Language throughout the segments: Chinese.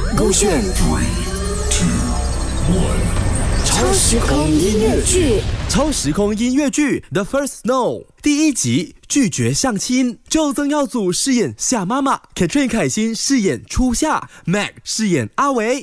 勾选超时空音乐剧， 超时空音乐剧《The First Snow》第一集拒绝相亲，就曾耀祖饰演夏妈妈 ，Katrin 凯欣饰演初夏 ，Meg 饰演阿维。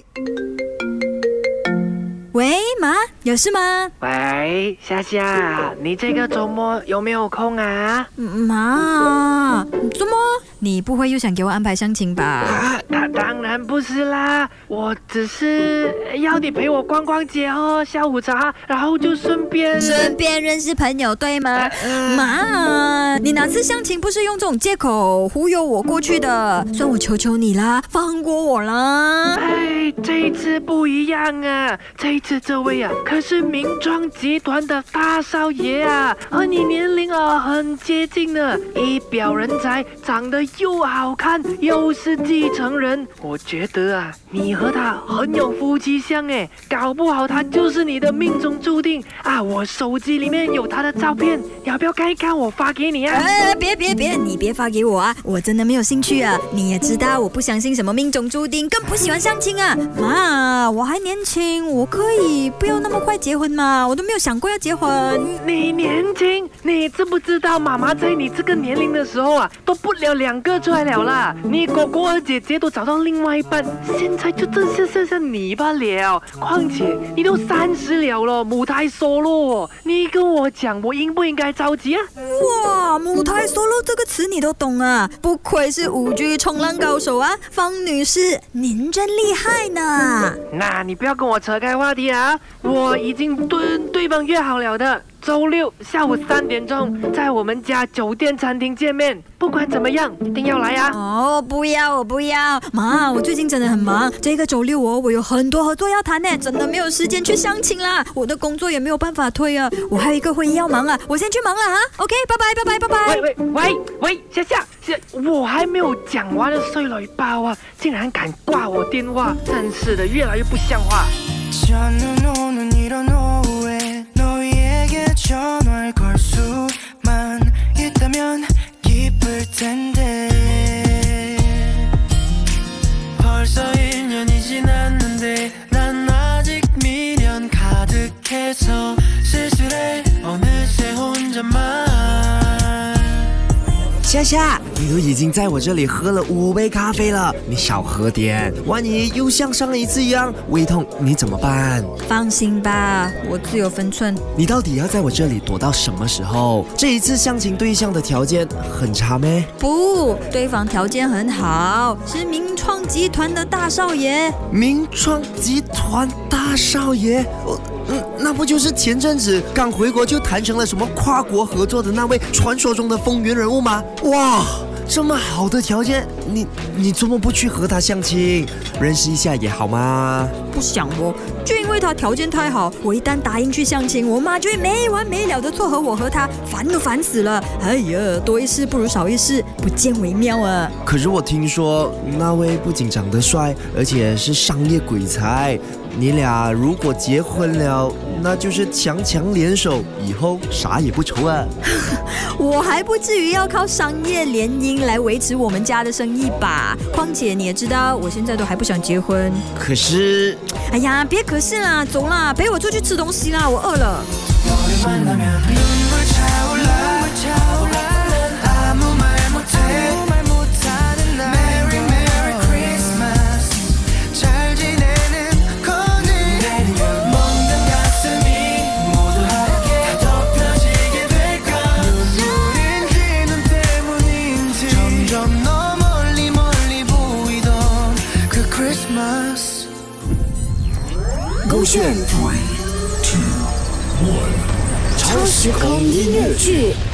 喂，妈，有事吗？ 喂，夏夏，你这个周末有没有空啊？ 妈，怎么？你不会又想给我安排相亲吧？ 当然不是啦，我只是要你陪我逛逛街哦，下午茶，然后就顺便认识朋友，对吗？妈，你哪次相亲不是用这种借口忽悠我过去的？算我求求你啦，放过我啦！ 哎，这一次不一样啊，这一次这位啊，可是名创集团的大少爷啊，和你年龄啊很接近的，一表人才，长得又好看，又是继承人。我觉得啊，你和他很有夫妻相哎，搞不好他就是你的命中注定啊！我手机里面有他的照片，要不要看一看？我发给你啊！ 别，你别发给我啊！我真的没有兴趣啊！你也知道，我不相信什么命中注定，更不喜欢相亲啊！妈，我还年轻，我可以不要那么快结婚吗？我都没有想过要结婚。 你年轻，你知不知道妈妈在你这个年龄的时候啊，都不了2个出来了啦！你哥哥和姐姐都找到另外一半，现在就剩下你罢了。况且你都30了咯，母胎 solo， 你跟我讲，我应不应该着急啊？ 哇，母胎 solo 这个词你都懂啊，不愧是5G 冲浪高手啊，方女士，您真厉害呢。 那你不要跟我扯开话题啊，我已经跟对方约好了的。周六下午3点钟，在我们家酒店餐厅见面。不管怎么样，一定要来啊！ 我不要，妈，我最近真的很忙。这个周六我有很多合作要谈呢，真的没有时间去相亲啦。我的工作也没有办法推啊，我还有一个会议要忙啊，我先去忙了哈。OK， 拜拜。 喂，夏，我还没有讲完的碎了一包啊，竟然敢挂我电话，真是的，越来越不像话。 전화를 걸 수만 있다면 기쁠 텐데 벌써 1년이 지났는데 난 아직 미련 가득해서 쓸쓸해 어느새 혼자만 夏夏，你都已经在我这里喝了5杯咖啡了，你少喝点，万一又像上一次一样胃痛，你怎么办？ 放心吧，我自有分寸。 你到底要在我这里躲到什么时候？这一次相亲对象的条件很差咩？ 不，对方条件很好，是名创集团的大少爷。 名创集团大少爷？那不就是前阵子刚回国就谈成了什么跨国合作的那位传说中的风云人物吗？哇，这么好的条件，你怎么不去和他相亲，认识一下也好吗？ 不想哦，就因为他条件太好，我一旦答应去相亲，我妈就会没完没了的撮合我和他，烦都烦死了。哎呀，多一事不如少一事，不见为妙啊。 可是我听说那位不仅长得帅，而且是商业鬼才，你俩如果结婚了，那就是强联手，以后啥也不愁啊。 我还不至于要靠商业联姻来维持我们家的生意吧？况且你也知道，我现在都还不想结婚。 可是， 哎呀，别可是啦，走啦，陪我出去吃东西啦，我饿了。 勾选超时空音乐剧。